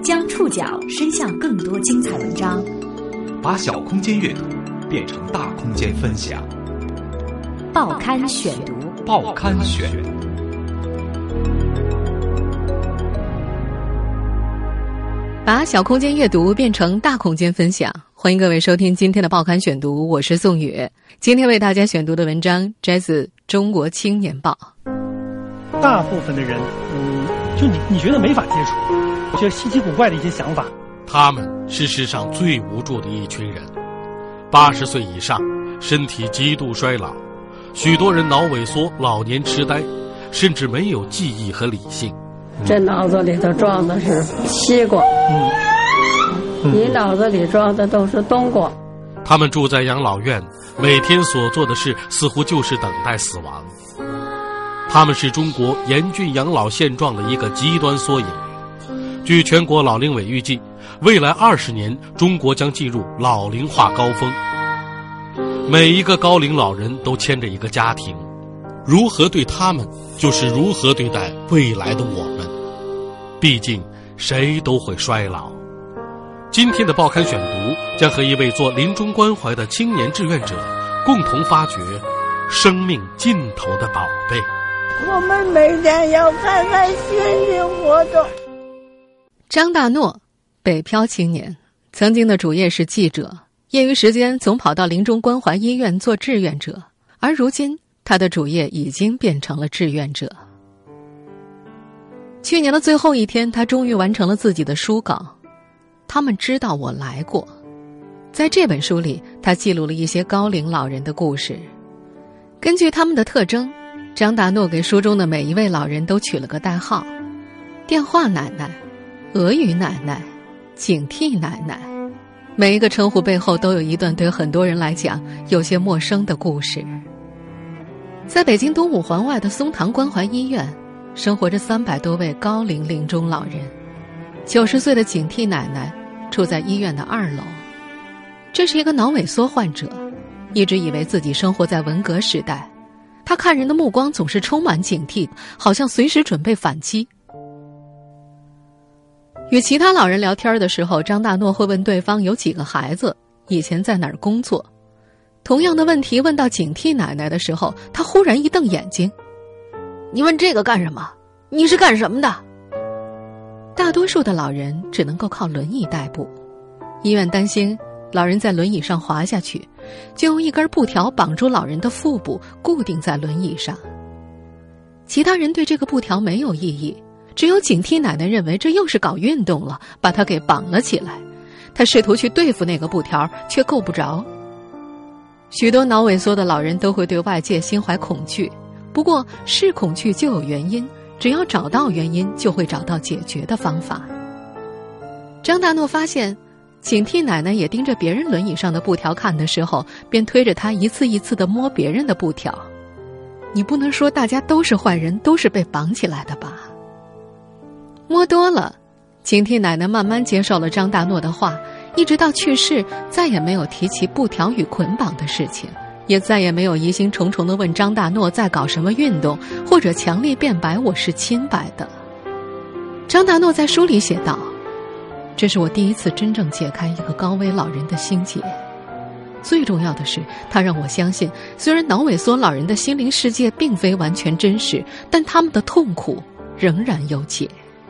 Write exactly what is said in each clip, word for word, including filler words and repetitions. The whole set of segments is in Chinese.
将触角伸向更多精彩文章， 把小空间阅读变成大空间分享。 报刊选读， 报刊选。 把小空间阅读变成大空间分享，欢迎各位收听今天的报刊选读，我是宋宇。今天为大家选读的文章摘自《中国青年报》。 大部分的人，嗯，就你你觉得没法接触，觉得稀奇古怪的一些想法。 他们是世上最无助的一群人，八十岁以上，身体极度衰老，许多人脑萎缩、老年痴呆，甚至没有记忆和理性。 这脑子里头装的是西瓜， 嗯，嗯你脑子里装的都是冬瓜。 他们住在养老院，每天所做的事似乎就是等待死亡。他们是中国严峻养老现状的一个极端缩影。据全国老龄委预计，未来二十年，中国将进入老龄化高峰。每一个高龄老人都牵着一个家庭，如何对他们，就是如何对待未来的我们。毕竟，谁都会衰老。今天的报刊选读将和一位做临终关怀的青年志愿者共同发掘生命尽头的宝贝。 我们每天要开开心心活着。 张大诺，北漂青年，曾经的主业是记者，业余时间总跑到临终关怀医院做志愿者，而如今他的主业已经变成了志愿者。去年的最后一天，他终于完成了自己的书稿。他们知道我来过。在这本书里，他记录了一些高龄老人的故事。根据他们的特征，张大诺给书中的每一位老人都取了个代号：电话奶奶、俄语奶奶、警惕奶奶。每一个称呼背后都有一段对很多人来讲有些陌生的故事。在北京东五环外的松堂关怀医院，生活着三百多位高龄临终老人。九十岁的警惕奶奶住在医院的二楼。这是一个脑萎缩患者，一直以为自己生活在文革时代。他看人的目光总是充满警惕，好像随时准备反击。与其他老人聊天的时候，张大诺会问对方有几个孩子，以前在哪儿工作。同样的问题问到警惕奶奶的时候，他忽然一瞪眼睛：你问这个干什么？你是干什么的？大多数的老人只能够靠轮椅代步，医院担心老人在轮椅上滑下去，就用一根布条绑住老人的腹部，固定在轮椅上。其他人对这个布条没有异议，只有警惕奶奶认为这又是搞运动了，把他给绑了起来。他试图去对付那个布条，却够不着。许多脑萎缩的老人都会对外界心怀恐惧，不过是恐惧就有原因，只要找到原因，就会找到解决的方法。张大诺发现，警惕奶奶也盯着别人轮椅上的布条看的时候，便推着他一次一次地摸别人的布条。你不能说大家都是坏人，都是被绑起来的吧？摸多了，警惕奶奶慢慢接受了张大诺的话，一直到去世，再也没有提起布条与捆绑的事情，也再也没有疑心重重地问张大诺在搞什么运动，或者强力辩白我是清白的。张大诺在书里写道：这是我第一次真正解开一个高危老人的心结。最重要的是，他让我相信，虽然脑萎缩老人的心灵世界并非完全真实，但他们的痛苦仍然有解。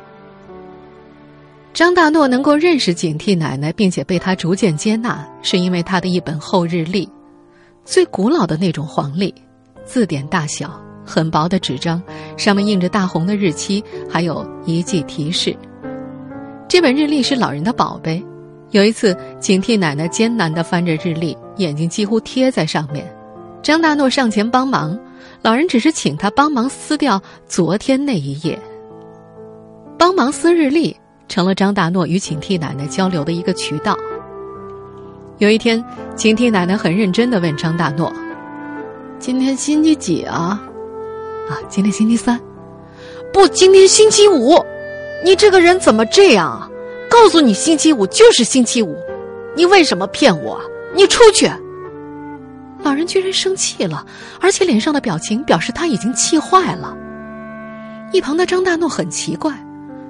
张大诺能够认识警惕奶奶，并且被她逐渐接纳，是因为他的一本厚日历，最古老的那种黄历，字典大小，很薄的纸张，上面印着大红的日期，还有一记提示。这本日历是老人的宝贝。有一次，警惕奶奶艰难地翻着日历，眼睛几乎贴在上面。张大诺上前帮忙，老人只是请他帮忙撕掉昨天那一页。帮忙撕日历成了张大诺与警惕奶奶交流的一个渠道。有一天，警惕奶奶很认真地问张大诺：今天星期几啊？啊，今天星期三。不，今天星期五。你这个人怎么这样啊？告诉你星期五就是星期五，你为什么骗我？你出去！老人居然生气了，而且脸上的表情表示他已经气坏了。一旁的张大诺很奇怪，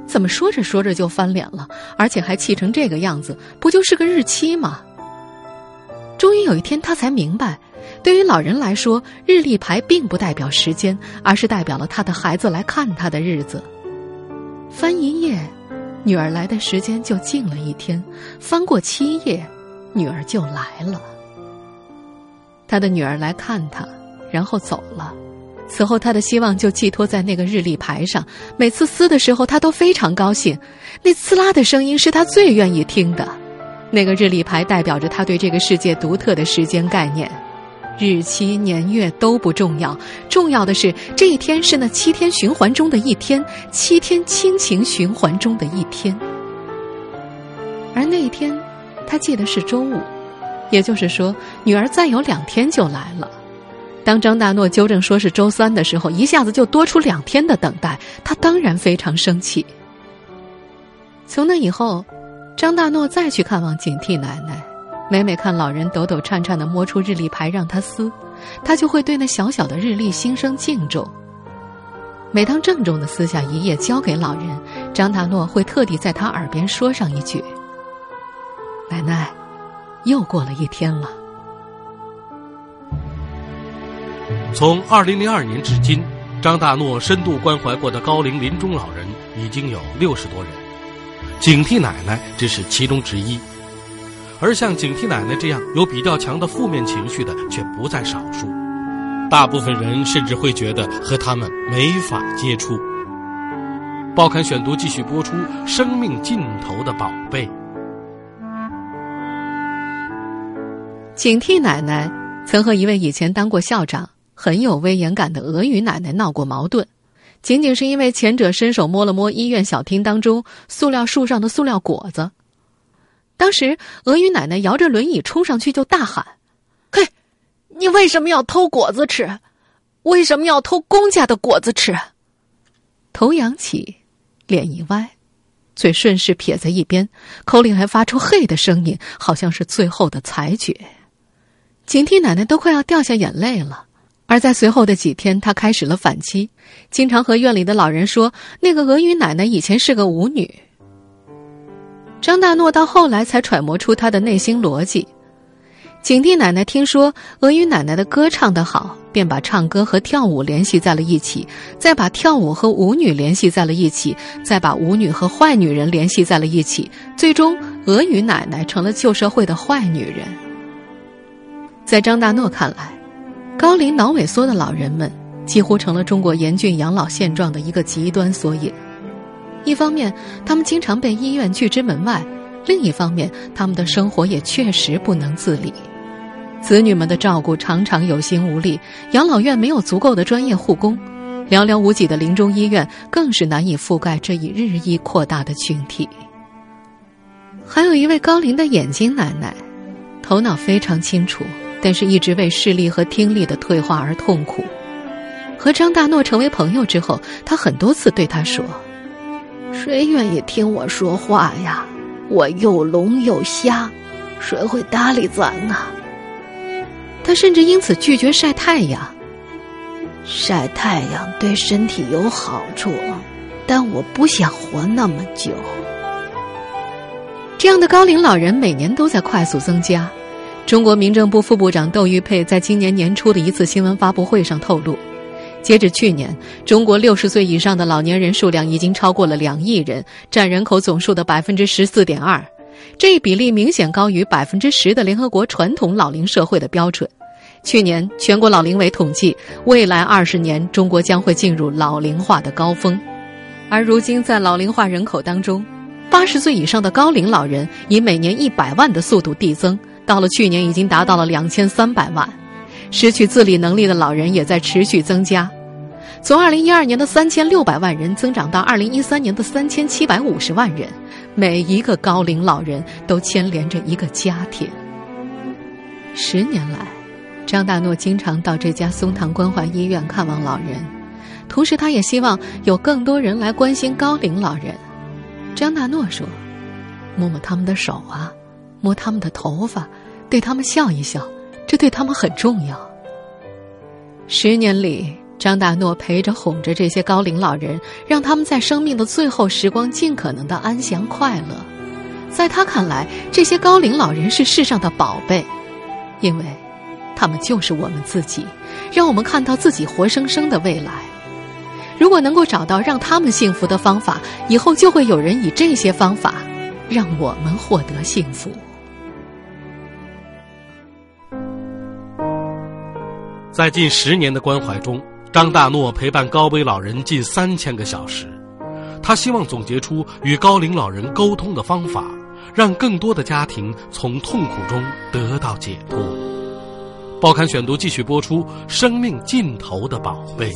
怎么说着说着就翻脸了，而且还气成这个样子，不就是个日期吗？终于有一天他才明白，对于老人来说，日历牌并不代表时间，而是代表了他的孩子来看他的日子。翻一页，女儿来的时间就近了一天，翻过七页，女儿就来了。他的女儿来看他，然后走了。此后他的希望就寄托在那个日历牌上，每次撕的时候他都非常高兴，那刺啦的声音是他最愿意听的。那个日历牌代表着他对这个世界独特的时间概念，日期年月都不重要，重要的是这一天是那七天循环中的一天，七天亲情循环中的一天。而那一天他记得是周五，也就是说女儿再有两天就来了。当张大诺纠正说是周三的时候，一下子就多出两天的等待，他当然非常生气。从那以后，张大诺再去看望警惕奶奶，每每看老人抖抖颤颤地摸出日历牌让他撕，他就会对那小小的日历心生敬重。每当郑重地撕下一页交给老人，张大诺会特地在他耳边说上一句：奶奶，又过了一天了。 从二零零二年至今，张大诺深度关怀过的高龄临终老人已经有六十多人，警惕奶奶只是其中之一。而像警惕奶奶这样有比较强的负面情绪的却不在少数，大部分人甚至会觉得和他们没法接触。报刊选读继续播出生命尽头的宝贝。 警惕奶奶曾和一位以前当过校长很有威严感的俄语奶奶闹过矛盾，仅仅是因为前者伸手摸了摸医院小厅当中塑料树上的塑料果子。当时俄语奶奶摇着轮椅冲上去就大喊：嘿，你为什么要偷果子吃？为什么要偷公家的果子吃？头扬起，脸一歪，嘴顺势撇在一边，口里还发出嘿的声音，好像是最后的裁决。警惕奶奶都快要掉下眼泪了。而在随后的几天，她开始了反击，经常和院里的老人说那个俄语奶奶以前是个舞女。张大诺到后来才揣摩出她的内心逻辑。警惕奶奶听说俄语奶奶的歌唱得好，便把唱歌和跳舞联系在了一起，再把跳舞和舞女联系在了一起，再把舞女和坏女人联系在了一起，最终俄语奶奶成了旧社会的坏女人。在张大诺看来，高龄脑萎缩的老人们几乎成了中国严峻养老现状的一个极端缩影。一方面，他们经常被医院拒之门外；另一方面，他们的生活也确实不能自理。子女们的照顾常常有心无力，养老院没有足够的专业护工，寥寥无几的临终医院更是难以覆盖这一日益扩大的群体。还有一位高龄的眼睛奶奶，头脑非常清楚，但是一直为视力和听力的退化而痛苦。和张大诺成为朋友之后，他很多次对他说：谁愿意听我说话呀？我又聋又瞎，谁会搭理咱啊？他甚至因此拒绝晒太阳。晒太阳对身体有好处，但我不想活那么久。这样的高龄老人每年都在快速增加。中国民政部副部长窦玉佩在今年年初的一次新闻发布会上透露，截止去年，中国六十岁以上的老年人数量已经超过了两亿人，占人口总数的百分之十四点二。这一比例明显高于百分之十的联合国传统老龄社会的标准。去年全国老龄委统计，未来二十年中国将会进入老龄化的高峰。而如今在老龄化人口当中，八十岁以上的高龄老人以每年一百万的速度递增，到了去年已经达到了两千三百万。失去自理能力的老人也在持续增加，从二零一二年的三千六百万人增长到二零一三年的三千七百五十万人，每一个高龄老人都牵连着一个家庭。十年来，张大诺经常到这家松堂关怀医院看望老人，同时他也希望有更多人来关心高龄老人。张大诺说：摸摸他们的手啊，摸他们的头发，对他们笑一笑，这对他们很重要。十年里， 张大诺陪着哄着这些高龄老人，让他们在生命的最后时光尽可能的安详快乐。在他看来，这些高龄老人是世上的宝贝，因为他们就是我们自己，让我们看到自己活生生的未来。如果能够找到让他们幸福的方法，以后就会有人以这些方法让我们获得幸福。 在近十年的关怀中，张大诺陪伴高危老人近三千个小时。他希望总结出与高龄老人沟通的方法，让更多的家庭从痛苦中得到解脱。报刊选读继续播出生命尽头的宝贝。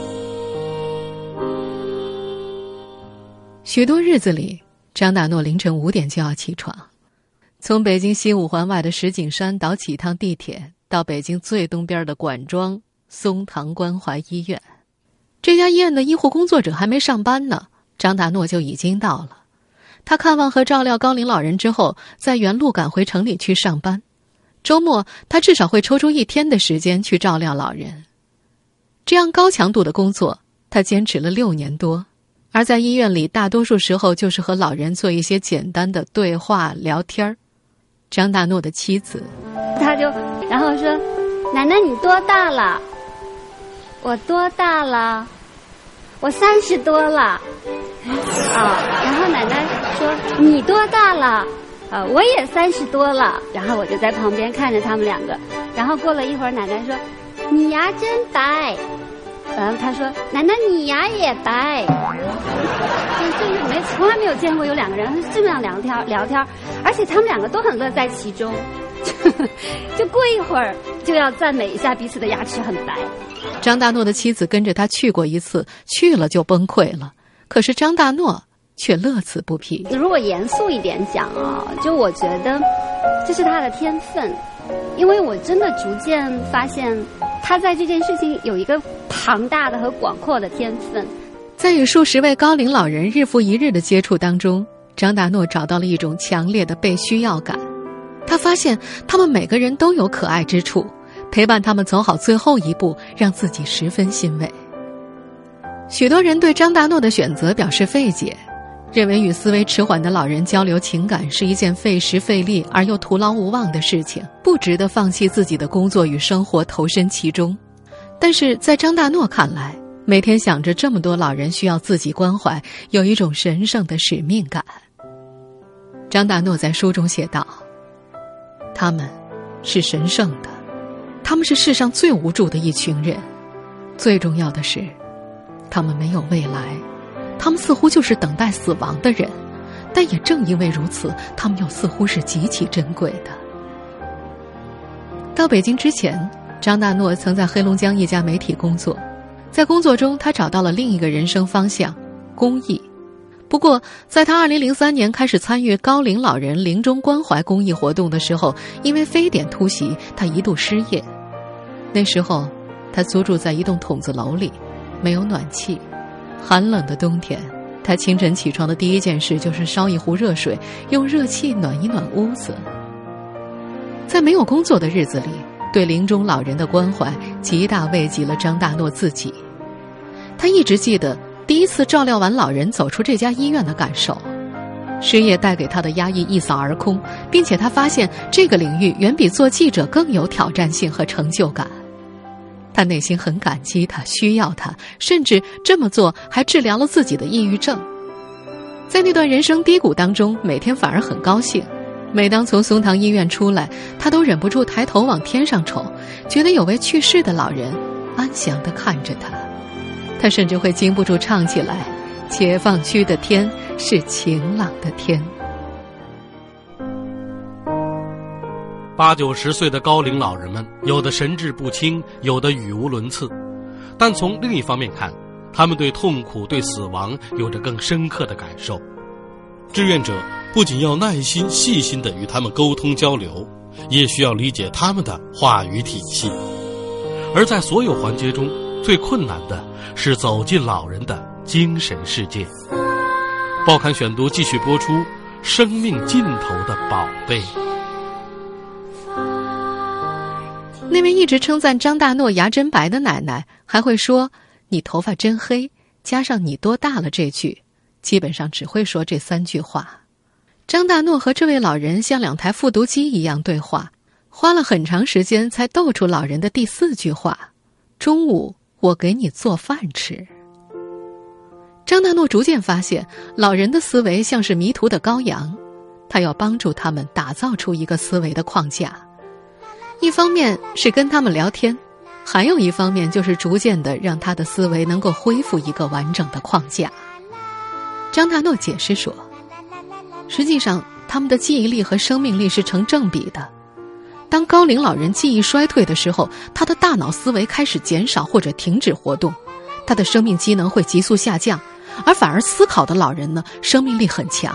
许多日子里，张大诺凌晨五点就要起床，从北京西五环外的石景山倒几趟地铁，到北京最东边的管庄松堂关怀医院。这家医院的医护工作者还没上班呢，张大诺就已经到了。他看望和照料高龄老人之后，在原路赶回城里去上班。周末他至少会抽出一天的时间去照料老人。这样高强度的工作他坚持了六年多，而在医院里大多数时候就是和老人做一些简单的对话聊天。张大诺的妻子他就然后说，奶奶你多大了？我多大了？我三十多了。啊，然后奶奶说你多大了？啊，我也三十多了。然后我就在旁边看着他们两个。然后过了一会儿，奶奶说你牙真白。然后他说奶奶你牙也白。就就是没从来没有见过有两个人这么样聊天聊天，而且他们两个都很乐在其中。就过一会儿就要赞美一下彼此的牙齿很白。 张大诺的妻子跟着他去过一次，去了就崩溃了，可是张大诺却乐此不疲。 如果严肃一点讲啊，就我觉得这是他的天分，因为我真的逐渐发现他在这件事情有一个庞大的和广阔的天分。 在与数十位高龄老人日复一日的接触当中，张大诺找到了一种强烈的被需要感。他发现他们每个人都有可爱之处，陪伴他们走好最后一步，让自己十分欣慰。许多人对张大诺的选择表示费解，认为与思维迟缓的老人交流情感是一件费时费力而又徒劳无望的事情，不值得放弃自己的工作与生活投身其中。但是在张大诺看来，每天想着这么多老人需要自己关怀，有一种神圣的使命感。张大诺在书中写道，他们是神圣的，他们是世上最无助的一群人。最重要的是，他们没有未来，他们似乎就是等待死亡的人，但也正因为如此，他们又似乎是极其珍贵的。到北京之前，张大诺曾在黑龙江一家媒体工作，在工作中他找到了另一个人生方向——公益。不过在他二零零三年开始参与高龄老人临终关怀公益活动的时候，因为非典突袭，他一度失业。那时候他租住在一栋筒子楼里，没有暖气，寒冷的冬天，他清晨起床的第一件事就是烧一壶热水，用热气暖一暖屋子。在没有工作的日子里，对临终老人的关怀极大慰藉了张大诺自己。他一直记得第一次照料完老人走出这家医院的感受，失业带给他的压抑一扫而空，并且他发现这个领域远比做记者更有挑战性和成就感。他内心很感激他，需要他，甚至这么做还治疗了自己的抑郁症。在那段人生低谷当中，每天反而很高兴。每当从松堂医院出来，他都忍不住抬头往天上瞅，觉得有位去世的老人安详地看着他。他甚至会禁不住唱起来，解放区的天是晴朗的天。 八九十岁的高龄老人们，有的神志不清，有的语无伦次，但从另一方面看，他们对痛苦、对死亡有着更深刻的感受。志愿者不仅要耐心细心地与他们沟通交流，也需要理解他们的话语体系。而在所有环节中，最困难的是走进老人的精神世界。报刊选读继续播出生命尽头的宝贝。 那位一直称赞张大诺牙真白的奶奶还会说你头发真黑，加上你多大了这句，基本上只会说这三句话。张大诺和这位老人像两台复读机一样对话，花了很长时间才逗出老人的第四句话：中午我给你做饭吃。张大诺逐渐发现，老人的思维像是迷途的羔羊，他要帮助他们打造出一个思维的框架。一方面是跟他们聊天，还有一方面就是逐渐的让他的思维能够恢复一个完整的框架。张大诺解释说，实际上他们的记忆力和生命力是成正比的。当高龄老人记忆衰退的时候，他的大脑思维开始减少或者停止活动，他的生命机能会急速下降，而反而思考的老人呢，生命力很强。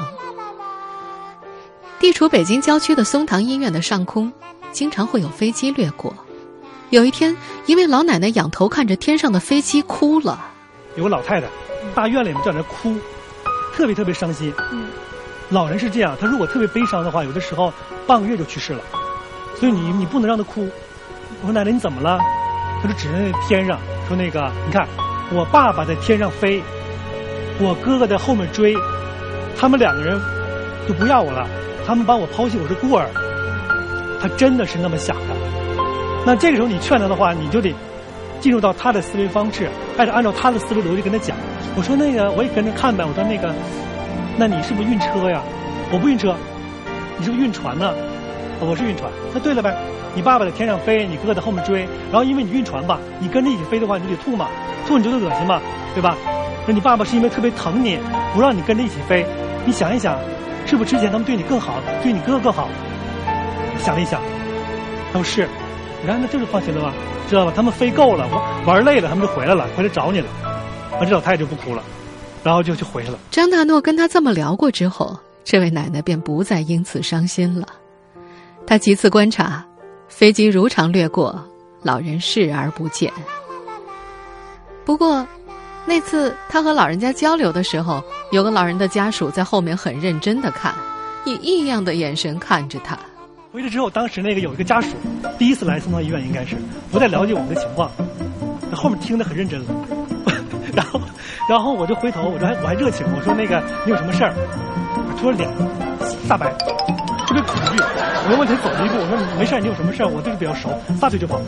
地处北京郊区的松堂医院的上空，经常会有飞机掠过。有一天，一位老奶奶仰头看着天上的飞机哭了。 有个老太太，大院里面在那哭，特别特别伤心。嗯，老人是这样，他如果特别悲伤的话，有的时候半个月就去世了。所以你你不能让他哭。我说奶奶你怎么了？他就指着那天上说那个，你看我爸爸在天上飞，我哥哥在后面追，他们两个人就不要我了，他们把我抛弃，我是孤儿。他真的是那么想的。那这个时候你劝他的话，你就得进入到他的思维方式，按照按照他的思维逻辑跟他讲。我说那个我也跟着看呗。我说那个，那你是不是晕车呀？我不晕车。你是不是晕船呢？我是晕船。那对了呗，你爸爸在天上飞，你哥哥在后面追，然后因为你晕船吧，你跟着一起飞的话，你就得吐嘛，吐你就得恶心嘛，对吧？那你爸爸是因为特别疼你，不让你跟着一起飞。你想一想，是不是之前他们对你更好，对你哥哥更好？想了一想，他说是。你看那这就放心了吧，知道吧？他们飞够了，玩玩累了，他们就回来了，回来找你了。然后这老太太就不哭了，然后就就回去了。 张大诺跟他这么聊过之后，这位奶奶便不再因此伤心了。他几次观察，飞机如常掠过，老人视而不见。不过那次他和老人家交流的时候，有个老人的家属在后面很认真地看，以异样的眼神看着他。 回去之后，当时那个有一个家属第一次来松堂医院，应该是不太了解我们的情况，后面听得很认真了。然后然后我就回头，我说还我还热情，我说那个你有什么事儿？突然脸大白，特别恐惧。我就往前走了一步，我说没事，你有什么事儿？我对你比较熟，撒腿就跑。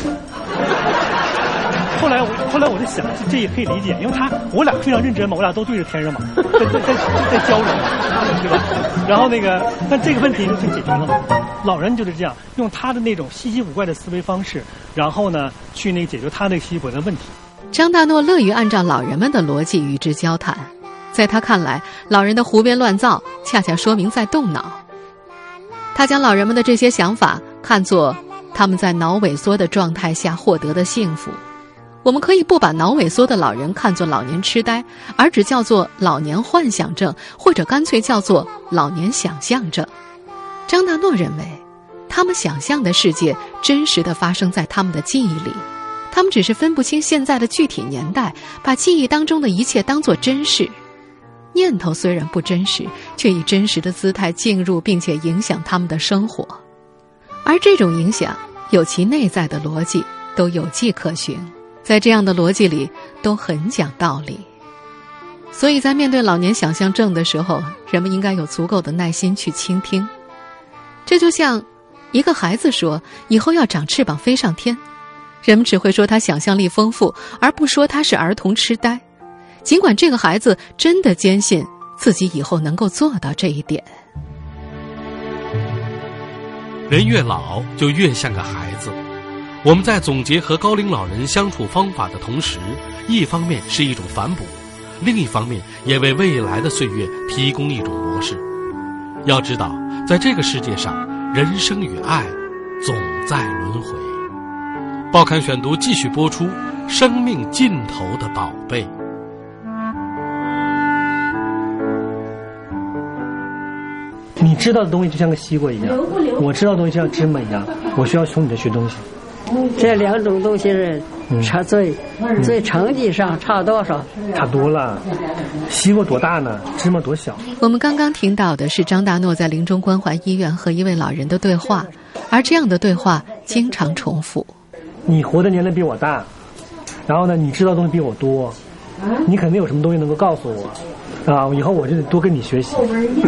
后来我后来我就想，这也可以理解，因为他我俩非常认真嘛，我俩都对着天上嘛，在在在在交流，对吧？然后那个，但这个问题就解决了嘛。老人就是这样，用他的那种稀奇古怪的思维方式，然后呢，去那个解决他那个稀奇古怪的问题。 张大诺乐于按照老人们的逻辑与之交谈，在他看来，老人的胡编乱造恰恰说明在动脑。他将老人们的这些想法看作他们在脑萎缩的状态下获得的幸福。我们可以不把脑萎缩的老人看作老年痴呆，而只叫做老年幻想症，或者干脆叫做老年想象症。张大诺认为，他们想象的世界真实地发生在他们的记忆里，他们只是分不清现在的具体年代，把记忆当中的一切当作真实。念头虽然不真实，却以真实的姿态进入并且影响他们的生活，而这种影响有其内在的逻辑，都有迹可循，在这样的逻辑里都很讲道理。所以在面对老年想象症的时候，人们应该有足够的耐心去倾听。这就像一个孩子说以后要长翅膀飞上天，人们只会说他想象力丰富，而不说他是儿童痴呆，尽管这个孩子真的坚信自己以后能够做到这一点。 人越老就越像个孩子。我们在总结和高龄老人相处方法的同时，一方面是一种反哺，另一方面也为未来的岁月提供一种模式。要知道，在这个世界上，人生与爱总在轮回。报刊选读继续播出，生命尽头的宝贝。 你知道的东西就像个西瓜一样，我知道的东西就像芝麻一样，我需要从你这学东西。 这两种东西是差最、嗯、最成绩上差多少？ 差多了。西瓜多大呢？芝麻多小？ 我们刚刚听到的是张大诺在临终关怀医院和一位老人的对话，而这样的对话经常重复。 你活的年龄比我大，然后呢，你知道的东西比我多，你肯定有什么东西能够告诉我。啊，以后我就得多跟你学习。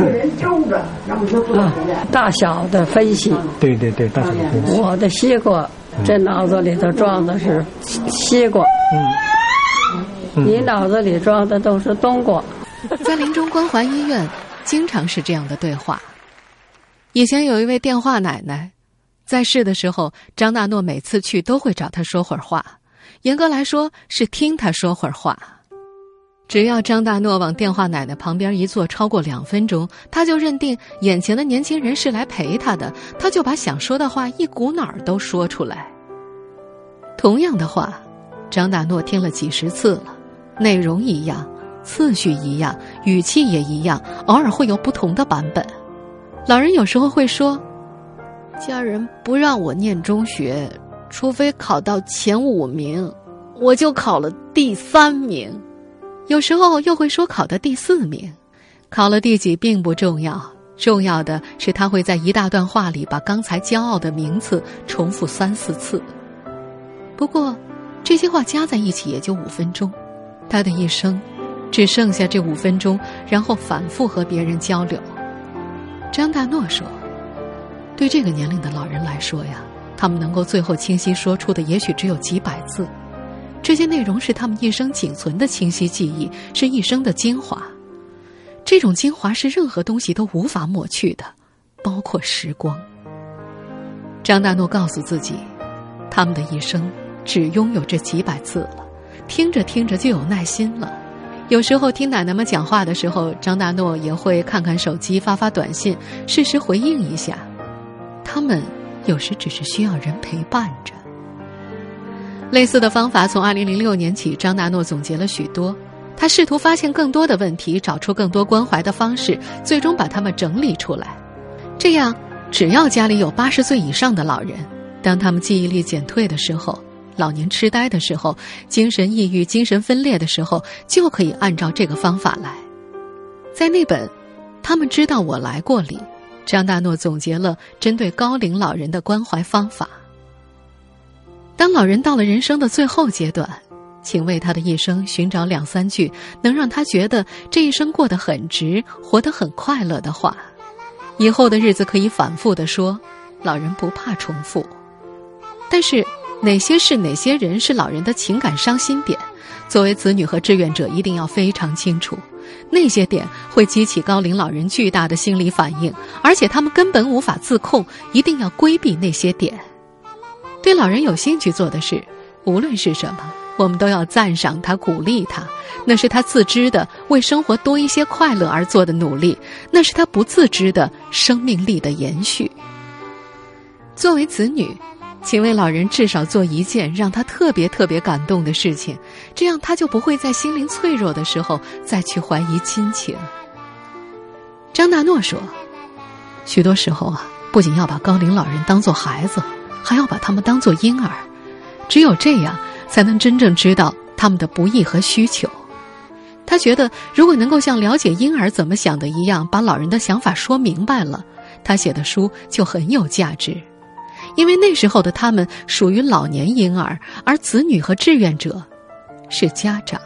啊，大小的分析。 对对对，大小的分析。 我的西瓜，这脑子里头装的是西瓜。嗯。你脑子里装的都是冬瓜。 在临终关怀医院，经常是这样的对话。以前有一位电话奶奶，在世的时候，张大诺每次去都会找她说会儿话，严格来说是听她说会儿话。只要张大诺往电话奶奶旁边一坐超过两分钟，他就认定眼前的年轻人是来陪他的，他就把想说的话一股脑儿都说出来。同样的话，张大诺听了几十次了，内容一样，次序一样，语气也一样，偶尔会有不同的版本。老人有时候会说，家人不让我念中学，除非考到前五名，我就考了第三名。有时候又会说考的第四名，考了第几并不重要，重要的是他会在一大段话里把刚才骄傲的名次重复三四次。不过这些话加在一起也就五分钟，他的一生只剩下这五分钟，然后反复和别人交流。张大诺说，对这个年龄的老人来说呀，他们能够最后清晰说出的也许只有几百字，这些内容是他们一生仅存的清晰记忆，是一生的精华。这种精华是任何东西都无法抹去的，包括时光。张大诺告诉自己，他们的一生只拥有这几百字了，听着听着就有耐心了。有时候听奶奶们讲话的时候，张大诺也会看看手机，发发短信，适时回应一下。他们有时只是需要人陪伴着。类似的方法从二零零六年起，张大诺总结了许多。他试图发现更多的问题，找出更多关怀的方式，最终把它们整理出来。这样，只要家里有八十岁以上的老人，当他们记忆力减退的时候，老年痴呆的时候，精神抑郁、精神分裂的时候，就可以按照这个方法来。在那本《他们知道我来过》里，张大诺总结了针对高龄老人的关怀方法。当老人到了人生的最后阶段，请为他的一生寻找两三句能让他觉得这一生过得很值，活得很快乐的话。以后的日子可以反复地说，老人不怕重复。但是哪些事哪些人是老人的情感伤心点，作为子女和志愿者一定要非常清楚。那些点会激起高龄老人巨大的心理反应，而且他们根本无法自控，一定要规避那些点。对老人有兴趣做的事，无论是什么，我们都要赞赏他，鼓励他，那是他自知的为生活多一些快乐而做的努力，那是他不自知的生命力的延续。作为子女，请为老人至少做一件让他特别特别感动的事情，这样他就不会在心灵脆弱的时候再去怀疑亲情。张大诺说，许多时候啊，不仅要把高龄老人当作孩子，还要把他们当作婴儿，只有这样才能真正知道他们的不易和需求。他觉得如果能够像了解婴儿怎么想的一样，把老人的想法说明白了，他写的书就很有价值。因为那时候的他们属于老年婴儿，而子女和志愿者是家长。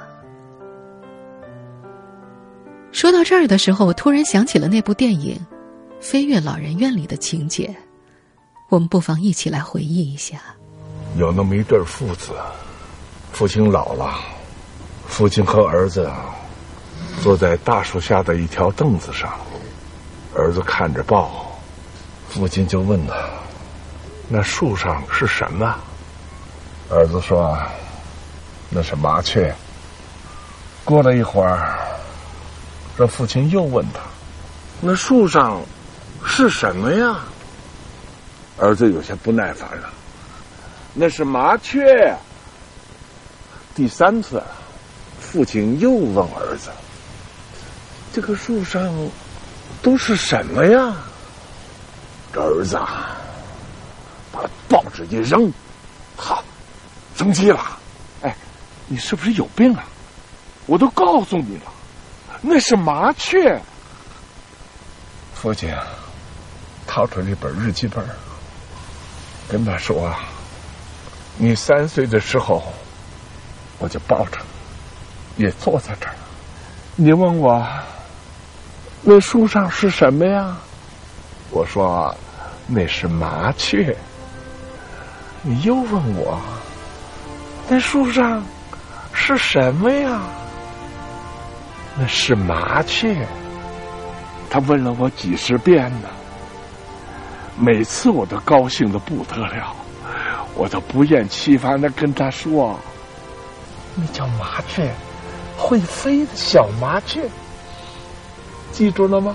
说到这儿的时候，我突然想起了那部电影《飞越老人院》里的情节，我们不妨一起来回忆一下。 有那么一对父子，父亲老了，父亲和儿子坐在大树下的一条凳子上，儿子看着报，父亲就问他，那树上是什么？儿子说，那是麻雀。过了一会儿，这父亲又问他，那树上是什么呀？儿子有些不耐烦了，那是麻雀。第三次，父亲又问儿子，这个树上都是什么呀？这儿子啊，把报纸一扔，好，生气了。哎，你是不是有病啊？我都告诉你了，那是麻雀。父亲掏出这本日记本， 跟他说，你三岁的时候，我就抱着你，也坐在这儿。你问我，那树上是什么呀？我说，那是麻雀。你又问我，那树上是什么呀？那是麻雀。他问了我几十遍呢，每次我都高兴的不得了，我都不厌其烦的跟他说，那叫麻雀，会飞的小麻雀，记住了吗？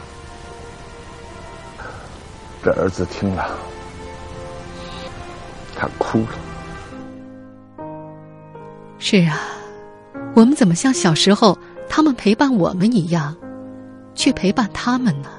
这儿子听了，他哭了。 是啊，我们怎么像小时候他们陪伴我们一样，去陪伴他们呢？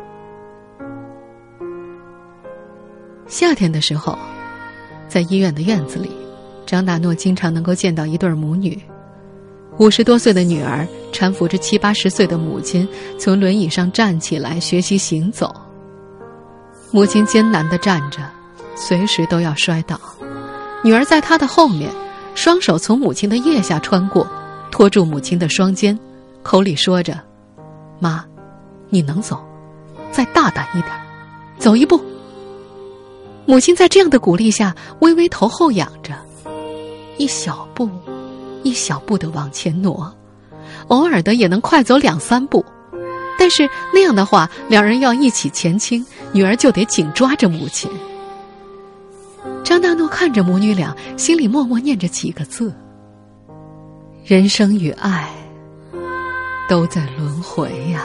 夏天的时候，在医院的院子里，张大诺经常能够见到一对母女。五十多岁的女儿搀扶着七八十岁的母亲从轮椅上站起来学习行走。母亲艰难地站着，随时都要摔倒。女儿在她的后面，双手从母亲的腋下穿过，托住母亲的双肩，口里说着，妈，你能走，再大胆一点，走一步。母亲在这样的鼓励下微微头后仰着，一小步一小步地往前挪，偶尔的也能快走两三步，但是那样的话，两人要一起前倾，女儿就得紧抓着母亲。张大诺看着母女俩，心里默默念着几个字，人生与爱都在轮回呀。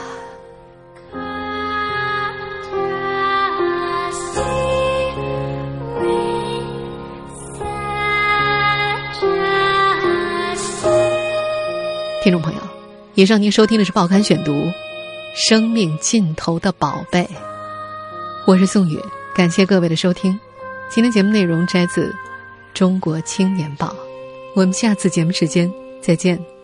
听众朋友，以上您收听的是《报刊选读》，生命尽头的宝贝，我是宋宇，感谢各位的收听。今天节目内容摘自《中国青年报》，我们下次节目时间再见。